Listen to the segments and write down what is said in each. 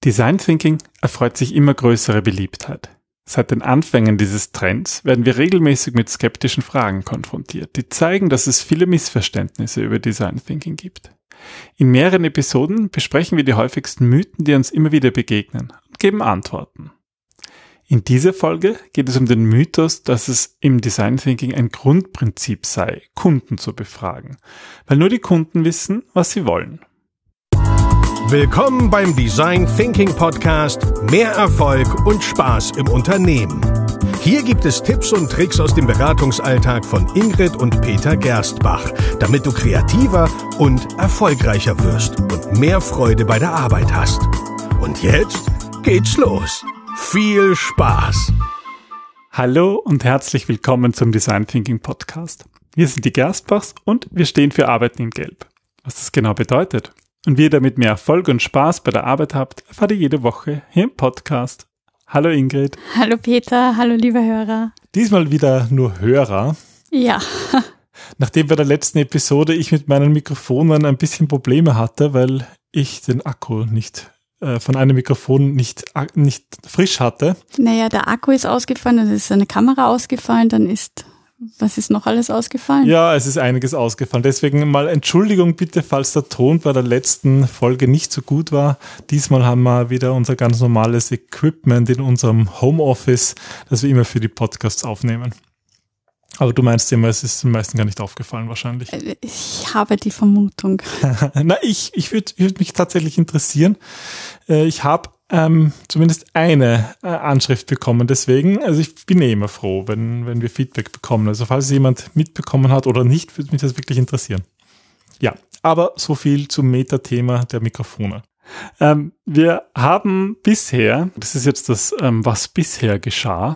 Design Thinking erfreut sich immer größere Beliebtheit. Seit den Anfängen dieses Trends werden wir regelmäßig mit skeptischen Fragen konfrontiert, die zeigen, dass es viele Missverständnisse über Design Thinking gibt. In mehreren Episoden besprechen wir die häufigsten Mythen, die uns immer wieder begegnen, und geben Antworten. In dieser Folge geht es um den Mythos, dass es im Design Thinking ein Grundprinzip sei, Kunden zu befragen, weil nur die Kunden wissen, was sie wollen. Willkommen beim Design Thinking Podcast Mehr Erfolg und Spaß im Unternehmen. Hier gibt es Tipps und Tricks aus dem Beratungsalltag von Ingrid und Peter Gerstbach, damit du kreativer und erfolgreicher wirst und mehr Freude bei der Arbeit hast. Und jetzt geht's los. Viel Spaß! Hallo und herzlich willkommen zum Design Thinking Podcast. Wir sind die Gerstbachs und wir stehen für Arbeiten in Gelb. Was das genau bedeutet und wie ihr damit mehr Erfolg und Spaß bei der Arbeit habt, erfahrt ihr jede Woche hier im Podcast. Hallo Ingrid. Hallo Peter, hallo liebe Hörer. Diesmal wieder nur Hörer. Ja. Nachdem bei der letzten Episode ich mit meinen Mikrofonen ein bisschen Probleme hatte, weil ich den Akku von einem Mikrofon nicht frisch hatte. Naja, der Akku ist ausgefallen, dann ist eine Kamera ausgefallen, was ist noch alles ausgefallen? Ja, es ist einiges ausgefallen. Deswegen mal Entschuldigung bitte, falls der Ton bei der letzten Folge nicht so gut war. Diesmal haben wir wieder unser ganz normales Equipment in unserem Homeoffice, das wir immer für die Podcasts aufnehmen. Aber du meinst immer, es ist den meisten gar nicht aufgefallen wahrscheinlich. Ich habe die Vermutung. Na, ich würde mich tatsächlich interessieren. Ich habe zumindest eine Anschrift bekommen, deswegen, also ich bin immer froh, wenn wir Feedback bekommen. Also falls jemand mitbekommen hat oder nicht, würde mich das wirklich interessieren. Ja, aber so viel zum Metathema der Mikrofone. Wir haben bisher, das ist jetzt das, was bisher geschah,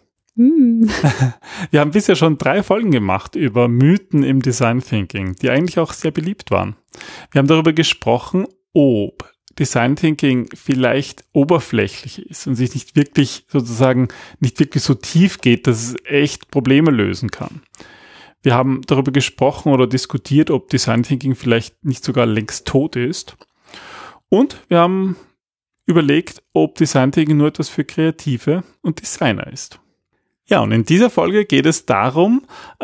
wir haben bisher schon 3 Folgen gemacht über Mythen im Design Thinking, die eigentlich auch sehr beliebt waren. Wir haben darüber gesprochen, ob Design Thinking vielleicht oberflächlich ist und sich nicht wirklich so tief geht, dass es echt Probleme lösen kann. Wir haben darüber gesprochen oder diskutiert, ob Design Thinking vielleicht nicht sogar längst tot ist. Und wir haben überlegt, ob Design Thinking nur etwas für Kreative und Designer ist. Ja, und in dieser Folge geht es darum,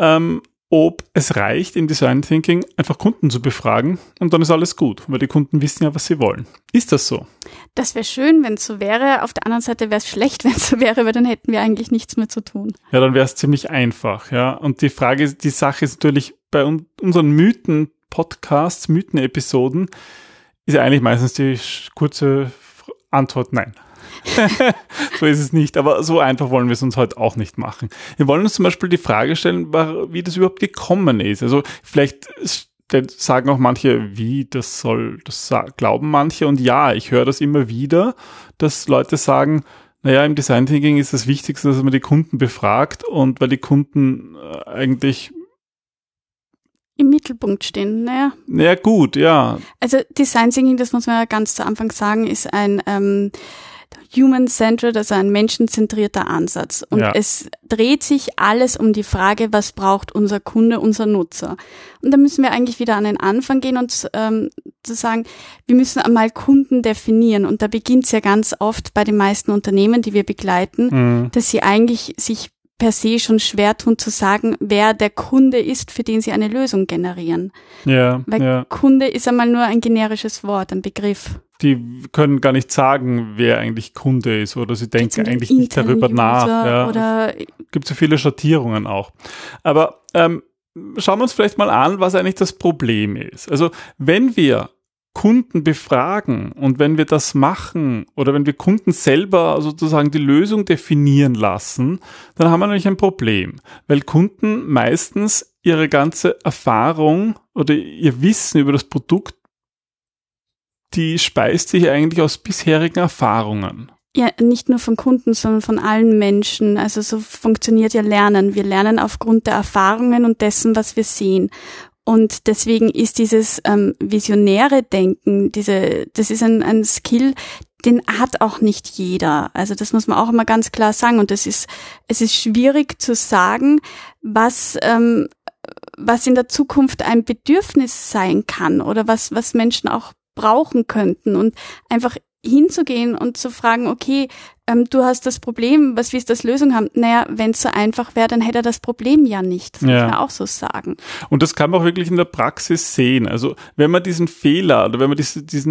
ob es reicht, im Design Thinking einfach Kunden zu befragen und dann ist alles gut, weil die Kunden wissen ja, was sie wollen. Ist das so? Das wäre schön, wenn es so wäre. Auf der anderen Seite wäre es schlecht, wenn es so wäre, weil dann hätten wir eigentlich nichts mehr zu tun. Ja, dann wäre es ziemlich einfach, ja. Und die Sache ist natürlich bei unseren Mythen-Podcasts, Mythen-Episoden, ist ja eigentlich meistens die kurze Antwort nein. So ist es nicht, aber so einfach wollen wir es uns heute auch nicht machen. Wir wollen uns zum Beispiel die Frage stellen, wie das überhaupt gekommen ist. Also vielleicht sagen auch manche, das glauben manche. Und ja, ich höre das immer wieder, dass Leute sagen, naja, im Design Thinking ist das Wichtigste, dass man die Kunden befragt und weil die Kunden eigentlich im Mittelpunkt stehen, naja. Ja, gut, ja. Also Design Thinking, das muss man ja ganz zu Anfang sagen, ist ein human-centered, also ein menschenzentrierter Ansatz. Und Es dreht sich alles um die Frage, was braucht unser Kunde, unser Nutzer. Und da müssen wir eigentlich wieder an den Anfang gehen und zu sagen, wir müssen einmal Kunden definieren. Und da beginnt es ja ganz oft bei den meisten Unternehmen, die wir begleiten, dass sie eigentlich sich per se schon schwer tun zu sagen, wer der Kunde ist, für den sie eine Lösung generieren. Ja, weil Kunde ist einmal nur ein generisches Wort, ein Begriff. Die können gar nicht sagen, wer eigentlich Kunde ist oder sie denken eigentlich nicht darüber nach. Ja. Oder gibt so viele Schattierungen auch. Aber schauen wir uns vielleicht mal an, was eigentlich das Problem ist. Also wenn wir Kunden befragen und wenn wir das machen oder wenn wir Kunden selber sozusagen die Lösung definieren lassen, dann haben wir natürlich ein Problem, weil Kunden meistens ihre ganze Erfahrung oder ihr Wissen über das Produkt, die speist sich eigentlich aus bisherigen Erfahrungen. Ja, nicht nur von Kunden, sondern von allen Menschen. Also so funktioniert ja Lernen. Wir lernen aufgrund der Erfahrungen und dessen, was wir sehen. Und deswegen ist dieses visionäre Denken, das ist ein Skill, den hat auch nicht jeder. Also das muss man auch immer ganz klar sagen. Und es ist schwierig zu sagen, was in der Zukunft ein Bedürfnis sein kann oder was Menschen auch brauchen könnten. Und einfach hinzugehen und zu fragen, okay, du hast das Problem, was willst du als Lösung haben? Naja, wenn es so einfach wäre, dann hätte er das Problem ja nicht. Das muss man auch so sagen. Und das kann man auch wirklich in der Praxis sehen. Also wenn man diesen Fehler oder wenn man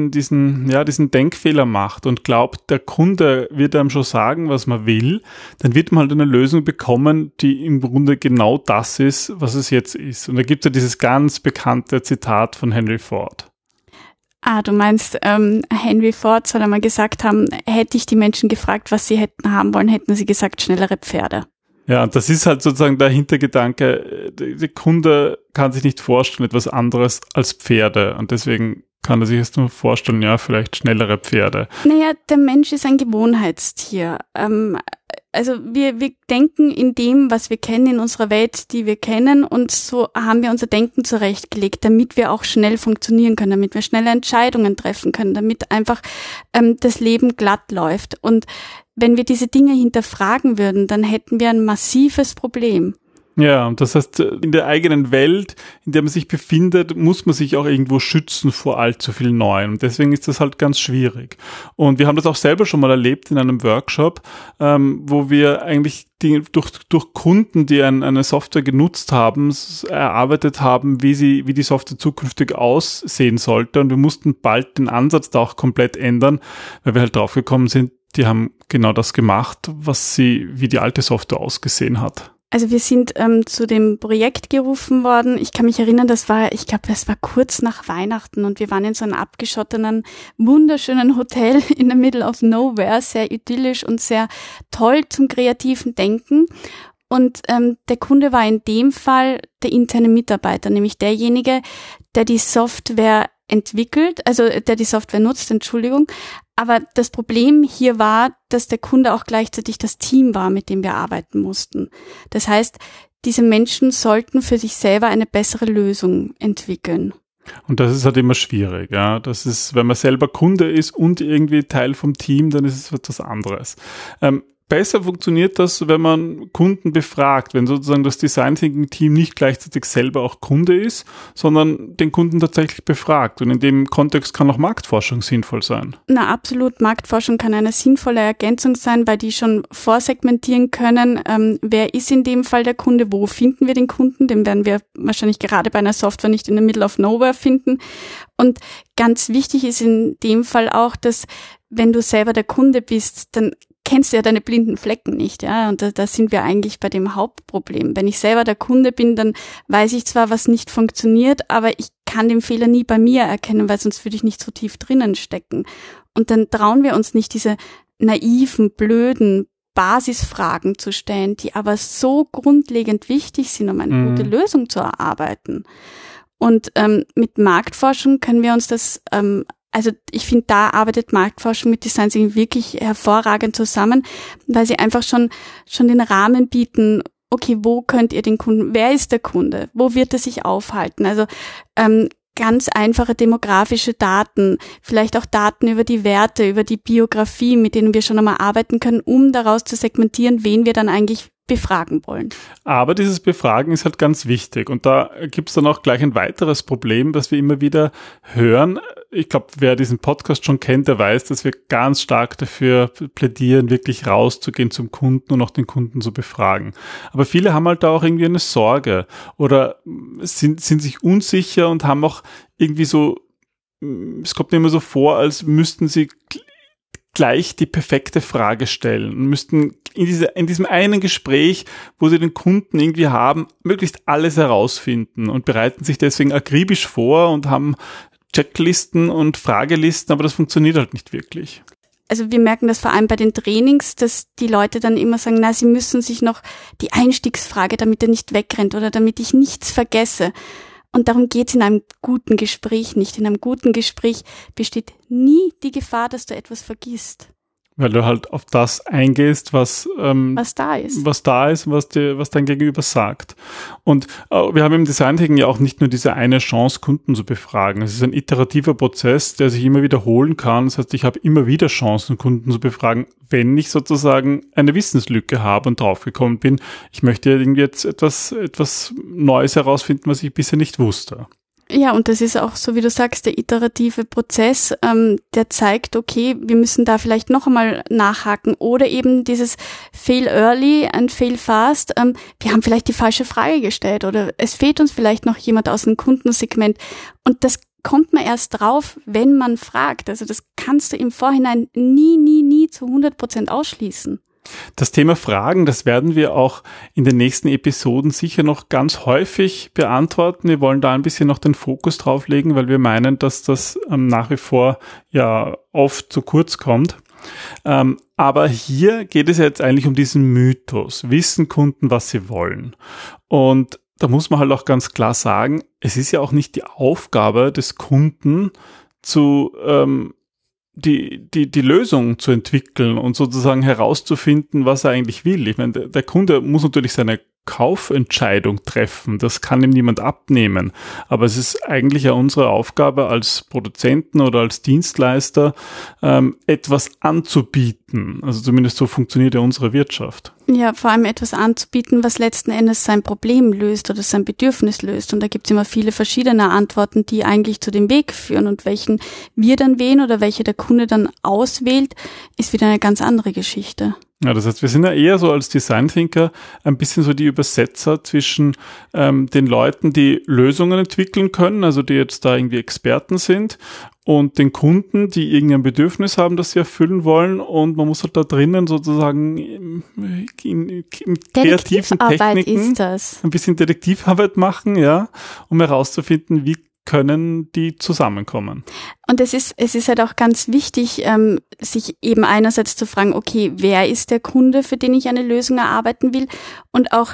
diesen Denkfehler macht und glaubt, der Kunde wird einem schon sagen, was man will, dann wird man halt eine Lösung bekommen, die im Grunde genau das ist, was es jetzt ist. Und da gibt es ja dieses ganz bekannte Zitat von Henry Ford. Du meinst, Henry Ford soll einmal gesagt haben, hätte ich die Menschen gefragt, was sie hätten haben wollen, hätten sie gesagt, schnellere Pferde. Ja, und das ist halt sozusagen der Hintergedanke, der Kunde kann sich nicht vorstellen, etwas anderes als Pferde. Und deswegen kann er sich jetzt nur vorstellen, ja, vielleicht schnellere Pferde. Naja, der Mensch ist ein Gewohnheitstier. Also wir denken in dem, was wir kennen, in unserer Welt, die wir kennen, und so haben wir unser Denken zurechtgelegt, damit wir auch schnell funktionieren können, damit wir schnelle Entscheidungen treffen können, damit einfach das Leben glatt läuft. Und wenn wir diese Dinge hinterfragen würden, dann hätten wir ein massives Problem. Ja, und das heißt, in der eigenen Welt, in der man sich befindet, muss man sich auch irgendwo schützen vor allzu viel Neuem. Und deswegen ist das halt ganz schwierig. Und wir haben das auch selber schon mal erlebt in einem Workshop, wo wir eigentlich durch Kunden, die eine Software genutzt haben, erarbeitet haben, wie die Software zukünftig aussehen sollte. Und wir mussten bald den Ansatz da auch komplett ändern, weil wir halt draufgekommen sind, die haben genau das gemacht, wie die alte Software ausgesehen hat. Also wir sind zu dem Projekt gerufen worden. Ich kann mich erinnern, das war kurz nach Weihnachten und wir waren in so einem abgeschotteten, wunderschönen Hotel in the middle of nowhere, sehr idyllisch und sehr toll zum kreativen Denken. Und der Kunde war in dem Fall der interne Mitarbeiter, nämlich derjenige, der die Software entwickelt, also der die Software nutzt, Aber das Problem hier war, dass der Kunde auch gleichzeitig das Team war, mit dem wir arbeiten mussten. Das heißt, diese Menschen sollten für sich selber eine bessere Lösung entwickeln. Und das ist halt immer schwierig, ja. Das ist, wenn man selber Kunde ist und irgendwie Teil vom Team, dann ist es etwas anderes. Besser funktioniert das, wenn man Kunden befragt, wenn sozusagen das Design Thinking Team nicht gleichzeitig selber auch Kunde ist, sondern den Kunden tatsächlich befragt. Und in dem Kontext kann auch Marktforschung sinnvoll sein. Na, absolut. Marktforschung kann eine sinnvolle Ergänzung sein, weil die schon vorsegmentieren können, wer ist in dem Fall der Kunde, wo finden wir den Kunden, den werden wir wahrscheinlich gerade bei einer Software nicht in the middle of nowhere finden. Und ganz wichtig ist in dem Fall auch, dass wenn du selber der Kunde bist, dann kennst du ja deine blinden Flecken nicht, ja, und da sind wir eigentlich bei dem Hauptproblem. Wenn ich selber der Kunde bin, dann weiß ich zwar, was nicht funktioniert, aber ich kann den Fehler nie bei mir erkennen, weil sonst würde ich nicht so tief drinnen stecken. Und dann trauen wir uns nicht, diese naiven, blöden Basisfragen zu stellen, die aber so grundlegend wichtig sind, um eine gute Lösung zu erarbeiten. Und mit Marktforschung können wir uns das also ich finde, da arbeitet Marktforschung mit Design Thinking wirklich hervorragend zusammen, weil sie einfach schon den Rahmen bieten, okay, wo könnt ihr den Kunden, wer ist der Kunde, wo wird er sich aufhalten? Also ganz einfache demografische Daten, vielleicht auch Daten über die Werte, über die Biografie, mit denen wir schon einmal arbeiten können, um daraus zu segmentieren, wen wir dann eigentlich befragen wollen. Aber dieses Befragen ist halt ganz wichtig und da gibt es dann auch gleich ein weiteres Problem, das wir immer wieder hören. Ich glaube, wer diesen Podcast schon kennt, der weiß, dass wir ganz stark dafür plädieren, wirklich rauszugehen zum Kunden und auch den Kunden zu befragen. Aber viele haben halt da auch irgendwie eine Sorge oder sind sich unsicher und haben auch irgendwie so, es kommt mir immer so vor, als müssten sie gleich die perfekte Frage stellen und müssten in diesem einen Gespräch, wo sie den Kunden irgendwie haben, möglichst alles herausfinden und bereiten sich deswegen akribisch vor und haben Checklisten und Fragelisten, aber das funktioniert halt nicht wirklich. Also wir merken das vor allem bei den Trainings, dass die Leute dann immer sagen, na, sie müssen sich noch die Einstiegsfrage, damit er nicht wegrennt oder damit ich nichts vergesse. Und darum geht's in einem guten Gespräch nicht. In einem guten Gespräch besteht nie die Gefahr, dass du etwas vergisst. Weil du halt auf das eingehst, was da ist. Was dein Gegenüber sagt. Und wir haben im Design Thinking ja auch nicht nur diese eine Chance, Kunden zu befragen. Es ist ein iterativer Prozess, der sich immer wiederholen kann. Das heißt, ich habe immer wieder Chancen, Kunden zu befragen, wenn ich sozusagen eine Wissenslücke habe und draufgekommen bin, ich möchte irgendwie jetzt etwas Neues herausfinden, was ich bisher nicht wusste. Ja, und das ist auch, so wie du sagst, der iterative Prozess, der zeigt, okay, wir müssen da vielleicht noch einmal nachhaken oder eben dieses fail early and fail fast. Wir haben vielleicht die falsche Frage gestellt oder es fehlt uns vielleicht noch jemand aus dem Kundensegment und das kommt man erst drauf, wenn man fragt. Also das kannst du im Vorhinein nie zu 100% ausschließen. Das Thema Fragen, das werden wir auch in den nächsten Episoden sicher noch ganz häufig beantworten. Wir wollen da ein bisschen noch den Fokus drauf legen, weil wir meinen, dass das nach wie vor ja oft zu kurz kommt. Aber hier geht es jetzt eigentlich um diesen Mythos. Wissen Kunden, was sie wollen? Und da muss man halt auch ganz klar sagen, es ist ja auch nicht die Aufgabe des Kunden die Lösung zu entwickeln und sozusagen herauszufinden, was er eigentlich will. Ich meine, der Kunde muss natürlich seine Kaufentscheidung treffen. Das kann ihm niemand abnehmen. Aber es ist eigentlich ja unsere Aufgabe als Produzenten oder als Dienstleister, etwas anzubieten. Also zumindest so funktioniert ja unsere Wirtschaft. Ja, vor allem etwas anzubieten, was letzten Endes sein Problem löst oder sein Bedürfnis löst. Und da gibt es immer viele verschiedene Antworten, die eigentlich zu dem Weg führen. Und welchen wir dann wählen oder welche der Kunde dann auswählt, ist wieder eine ganz andere Geschichte. Ja, das heißt, wir sind ja eher so als Design Thinker ein bisschen so die Übersetzer zwischen den Leuten, die Lösungen entwickeln können, also die jetzt da irgendwie Experten sind, und den Kunden, die irgendein Bedürfnis haben, das sie erfüllen wollen, und man muss halt da drinnen sozusagen in kreativen Techniken ein bisschen Detektivarbeit machen, ja, um herauszufinden, wie können die zusammenkommen. Und es ist halt auch ganz wichtig, sich eben einerseits zu fragen, okay, wer ist der Kunde, für den ich eine Lösung erarbeiten will, und auch,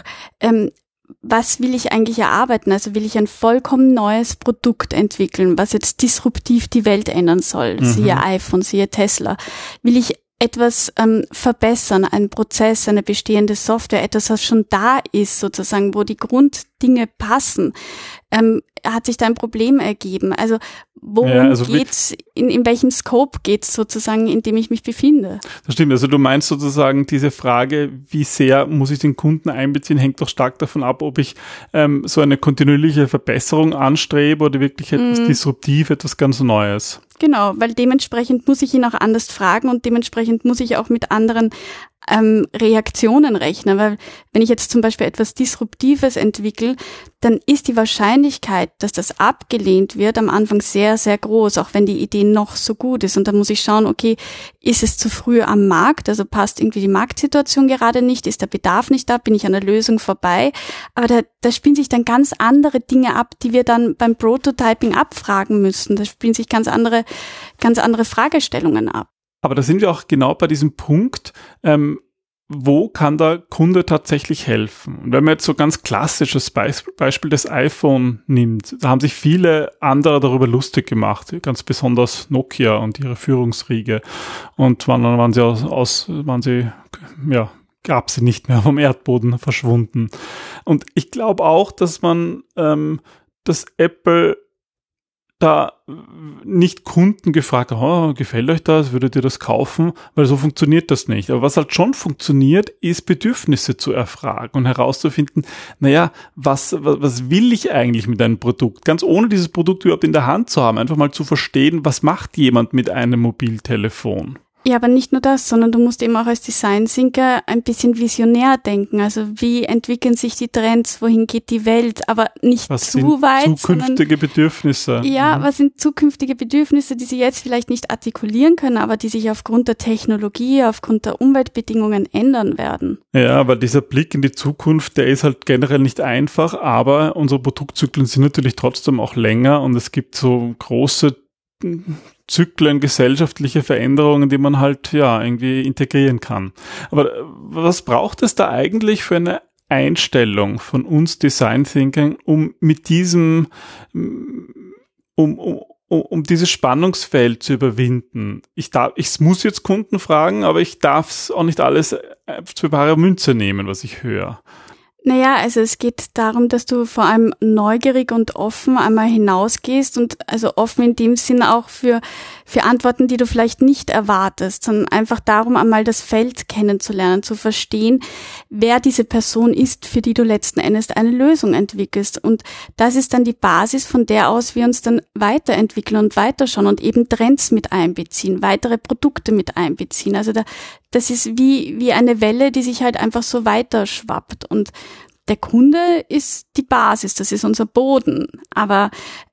was will ich eigentlich erarbeiten? Also will ich ein vollkommen neues Produkt entwickeln, was jetzt disruptiv die Welt ändern soll, siehe iPhone, siehe Tesla. Will ich etwas verbessern, einen Prozess, eine bestehende Software, etwas, was schon da ist, sozusagen, wo die Grunddinge passen, hat sich da ein Problem ergeben. Also worum geht's, in welchem Scope geht's sozusagen, in dem ich mich befinde? Das stimmt, also du meinst sozusagen diese Frage, wie sehr muss ich den Kunden einbeziehen, hängt doch stark davon ab, ob ich so eine kontinuierliche Verbesserung anstrebe oder wirklich etwas disruptiv, etwas ganz Neues. Genau, weil dementsprechend muss ich ihn auch anders fragen und dementsprechend muss ich auch mit anderen Reaktionen rechnen, weil wenn ich jetzt zum Beispiel etwas Disruptives entwickle, dann ist die Wahrscheinlichkeit, dass das abgelehnt wird, am Anfang sehr, sehr groß, auch wenn die Idee noch so gut ist. Und da muss ich schauen, okay, ist es zu früh am Markt, also passt irgendwie die Marktsituation gerade nicht, ist der Bedarf nicht da, bin ich an der Lösung vorbei. Aber da spielen sich dann ganz andere Dinge ab, die wir dann beim Prototyping abfragen müssen. Da spielen sich ganz andere Fragestellungen ab. Aber da sind wir auch genau bei diesem Punkt, wo kann der Kunde tatsächlich helfen? Und wenn man jetzt so ganz klassisches Beispiel des iPhone nimmt, da haben sich viele andere darüber lustig gemacht, ganz besonders Nokia und ihre Führungsriege. Und gab sie nicht mehr vom Erdboden verschwunden. Und ich glaube auch, dass dass Apple da nicht Kunden gefragt haben, gefällt euch das, würdet ihr das kaufen? Weil so funktioniert das nicht. Aber was halt schon funktioniert, ist Bedürfnisse zu erfragen und herauszufinden, was will ich eigentlich mit einem Produkt? Ganz ohne dieses Produkt überhaupt in der Hand zu haben, einfach mal zu verstehen, was macht jemand mit einem Mobiltelefon? Ja, aber nicht nur das, sondern du musst eben auch als Design Thinker ein bisschen visionär denken. Also wie entwickeln sich die Trends, wohin geht die Welt, aber nicht zu weit. Was sind zukünftige Bedürfnisse? Ja, was sind zukünftige Bedürfnisse, die sie jetzt vielleicht nicht artikulieren können, aber die sich aufgrund der Technologie, aufgrund der Umweltbedingungen ändern werden? Ja, aber dieser Blick in die Zukunft, der ist halt generell nicht einfach, aber unsere Produktzyklen sind natürlich trotzdem auch länger und es gibt so große Zyklen, gesellschaftliche Veränderungen, die man halt irgendwie integrieren kann. Aber was braucht es da eigentlich für eine Einstellung von uns Design Thinkern, um mit diesem, um dieses Spannungsfeld zu überwinden? Ich muss jetzt Kunden fragen, aber ich darf es auch nicht alles für bare Münze nehmen, was ich höre. Naja, also es geht darum, dass du vor allem neugierig und offen einmal hinausgehst und also offen in dem Sinne auch für für Antworten, die du vielleicht nicht erwartest, sondern einfach darum, einmal das Feld kennenzulernen, zu verstehen, wer diese Person ist, für die du letzten Endes eine Lösung entwickelst. Und das ist dann die Basis, von der aus wir uns dann weiterentwickeln und weiterschauen und eben Trends mit einbeziehen, weitere Produkte mit einbeziehen. Also das ist wie eine Welle, die sich halt einfach so weiterschwappt. Und der Kunde ist die Basis, das ist unser Boden. Aber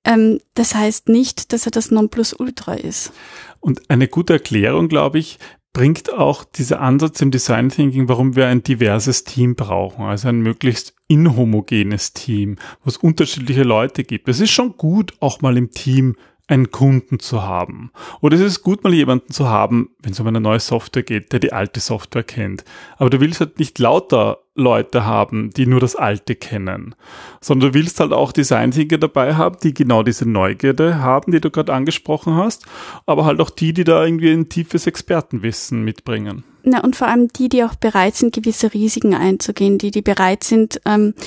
das heißt nicht, dass er das Nonplusultra ist. Und eine gute Erklärung, glaube ich, bringt auch dieser Ansatz im Design Thinking, warum wir ein diverses Team brauchen, also ein möglichst inhomogenes Team, wo es unterschiedliche Leute gibt. Es ist schon gut, auch mal im Team einen Kunden zu haben. Oder es ist gut, mal jemanden zu haben, wenn es um eine neue Software geht, der die alte Software kennt. Aber du willst halt nicht lauter Leute haben, die nur das Alte kennen, sondern du willst halt auch Design-Thinker dabei haben, die genau diese Neugierde haben, die du gerade angesprochen hast, aber halt auch die da irgendwie ein tiefes Expertenwissen mitbringen. Na, und vor allem die auch bereit sind, gewisse Risiken einzugehen, die bereit sind,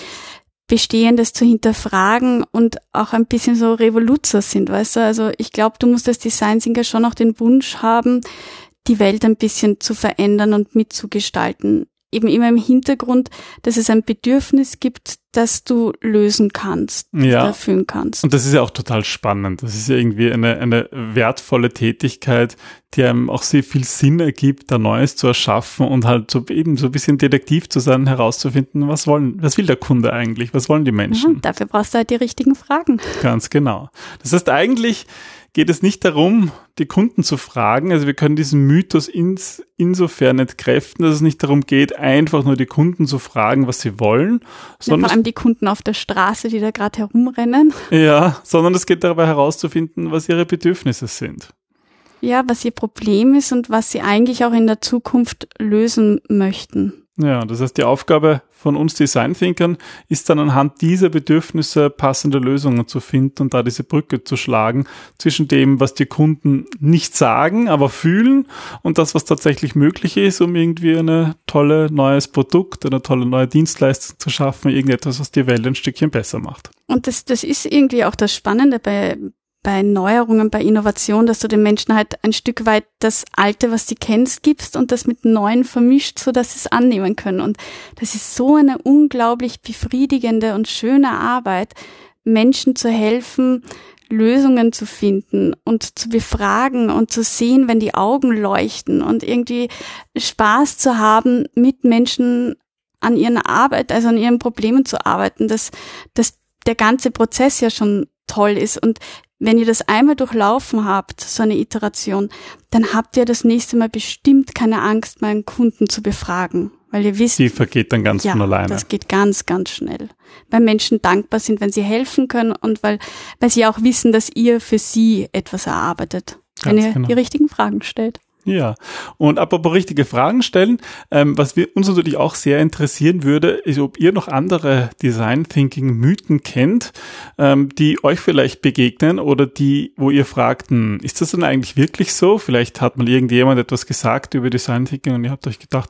Bestehendes zu hinterfragen und auch ein bisschen so Revoluzer sind, weißt du? Also ich glaube, du musst als Design-Thinker schon auch den Wunsch haben, die Welt ein bisschen zu verändern und mitzugestalten. Eben immer im Hintergrund, dass es ein Bedürfnis gibt, das du lösen kannst, erfüllen kannst. Und das ist ja auch total spannend. Das ist ja irgendwie eine wertvolle Tätigkeit, die einem auch sehr viel Sinn ergibt, da Neues zu erschaffen und halt so eben so ein bisschen Detektiv zu sein, herauszufinden, was will der Kunde eigentlich, was wollen die Menschen? Ja, dafür brauchst du halt die richtigen Fragen. Ganz genau. Das heißt, eigentlich geht es nicht darum, die Kunden zu fragen. Also wir können diesen Mythos insofern entkräften, dass es nicht darum geht, einfach nur die Kunden zu fragen, was sie wollen. Sondern vor allem die Kunden auf der Straße, die da gerade herumrennen. Ja, sondern es geht dabei herauszufinden, was ihre Bedürfnisse sind. Ja, was ihr Problem ist und was sie eigentlich auch in der Zukunft lösen möchten. Ja, das heißt, die Aufgabe von uns Design-Thinkern ist dann anhand dieser Bedürfnisse passende Lösungen zu finden und da diese Brücke zu schlagen zwischen dem, was die Kunden nicht sagen, aber fühlen und das, was tatsächlich möglich ist, um irgendwie ein tolles neues Produkt, eine tolle neue Dienstleistung zu schaffen, irgendetwas, was die Welt ein Stückchen besser macht. Und das ist irgendwie auch das Spannende bei Neuerungen, bei Innovation, dass du den Menschen halt ein Stück weit das Alte, was sie kennst, gibst und das mit Neuen vermischt, so dass sie es annehmen können. Und das ist so eine unglaublich befriedigende und schöne Arbeit, Menschen zu helfen, Lösungen zu finden und zu befragen und zu sehen, wenn die Augen leuchten und irgendwie Spaß zu haben, mit Menschen an ihren Arbeit, also an ihren Problemen zu arbeiten, dass der ganze Prozess ja schon toll ist. Und wenn ihr das einmal durchlaufen habt, so eine Iteration, dann habt ihr das nächste Mal bestimmt keine Angst, mal einen Kunden zu befragen, weil ihr wisst, die vergeht dann ganz von alleine. Das geht ganz, ganz schnell. Weil Menschen dankbar sind, wenn sie helfen können und weil sie auch wissen, dass ihr für sie etwas erarbeitet, wenn ihr die richtigen Fragen stellt. Ja, und apropos richtige Fragen stellen, was uns natürlich auch sehr interessieren würde, ist, ob ihr noch andere Design-Thinking-Mythen kennt, die euch vielleicht begegnen oder die, wo ihr fragt, ist das denn eigentlich wirklich so? Vielleicht hat mal irgendjemand etwas gesagt über Design-Thinking und ihr habt euch gedacht,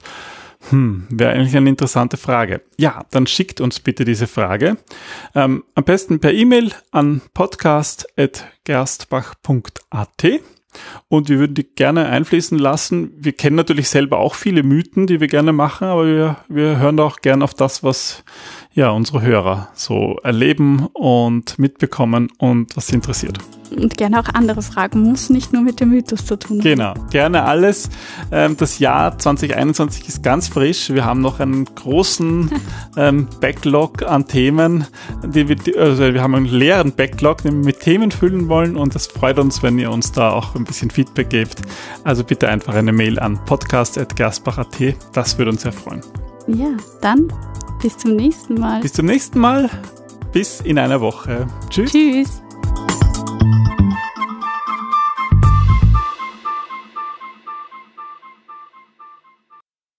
wäre eigentlich eine interessante Frage. Ja, dann schickt uns bitte diese Frage. Am besten per E-Mail an podcast@gerstbach.at. Und wir würden die gerne einfließen lassen. Wir kennen natürlich selber auch viele Mythen, die wir gerne machen, aber wir hören auch gerne auf das, was unsere Hörer so erleben und mitbekommen und was sie interessiert. Und gerne auch andere Fragen, muss nicht nur mit dem Mythos zu tun haben. Genau, gerne alles. Das Jahr 2021 ist ganz frisch. Wir haben noch einen großen Backlog an Themen. Wir haben einen leeren Backlog, den wir mit Themen füllen wollen und das freut uns, wenn ihr uns da auch ein bisschen Feedback gebt. Also bitte einfach eine Mail an podcast@gerstbach.at. Das würde uns sehr freuen. Ja, dann bis zum nächsten Mal. Bis zum nächsten Mal. Bis in einer Woche. Tschüss. Tschüss.